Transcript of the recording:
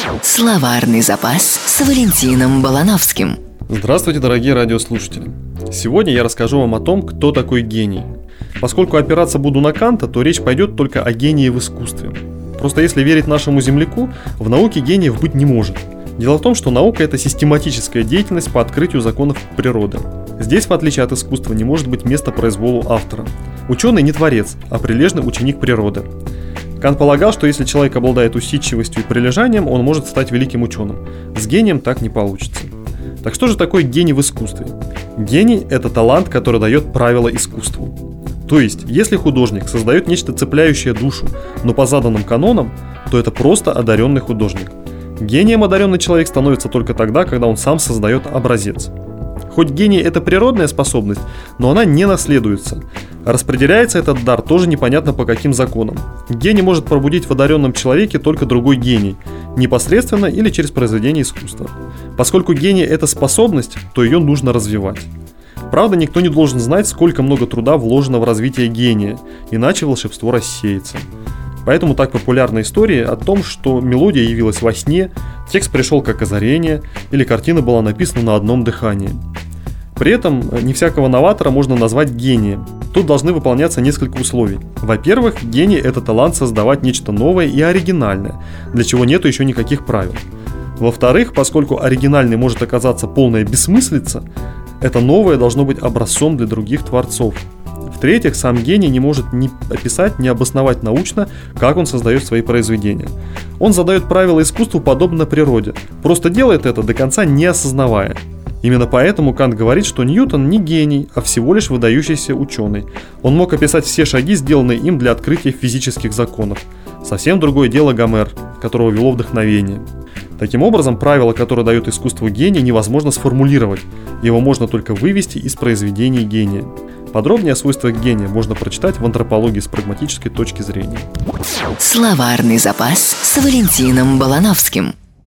Словарный запас с Валентином Балановским. Здравствуйте, дорогие радиослушатели. Сегодня я расскажу вам о том, кто такой гений. Поскольку опираться буду на Канта, то речь пойдет только о гении в искусстве. Просто если верить нашему земляку, в науке гениев быть не может. Дело в том, что наука – это систематическая деятельность по открытию законов природы. Здесь, в отличие от искусства, не может быть места произволу автора. Ученый не творец, а прилежный ученик природы. Кант полагал, что если человек обладает усидчивостью и прилежанием, он может стать великим ученым. С гением так не получится. Так что же такое гений в искусстве? Гений – это талант, который дает правила искусству. То есть, если художник создает нечто цепляющее душу, но по заданным канонам, то это просто одаренный художник. Гением одаренный человек становится только тогда, когда он сам создает образец. Хоть гений – это природная способность, но она не наследуется. Распределяется этот дар тоже непонятно по каким законам. Гений может пробудить в одаренном человеке только другой гений, непосредственно или через произведение искусства. Поскольку гений – это способность, то ее нужно развивать. Правда, никто не должен знать, сколько много труда вложено в развитие гения, иначе волшебство рассеется. Поэтому так популярна история о том, что мелодия явилась во сне, текст пришел как озарение, или картина была написана на одном дыхании. При этом не всякого новатора можно назвать гением. Тут должны выполняться несколько условий. Во-первых, гений – это талант создавать нечто новое и оригинальное, для чего нету еще никаких правил. Во-вторых, поскольку оригинальной может оказаться полная бессмыслица, это новое должно быть образцом для других творцов. В-третьих, сам гений не может ни описать, ни обосновать научно, как он создает свои произведения. Он задает правила искусству подобно природе, просто делает это до конца не осознавая. Именно поэтому Кант говорит, что Ньютон не гений, а всего лишь выдающийся ученый. Он мог описать все шаги, сделанные им для открытия физических законов. Совсем другое дело Гомер, которого вело вдохновение. Таким образом, правило, которое дает искусству гения, невозможно сформулировать. Его можно только вывести из произведений гения. Подробнее о свойствах гения можно прочитать в антропологии с прагматической точки зрения. Словарный запас с Валентином Балановским.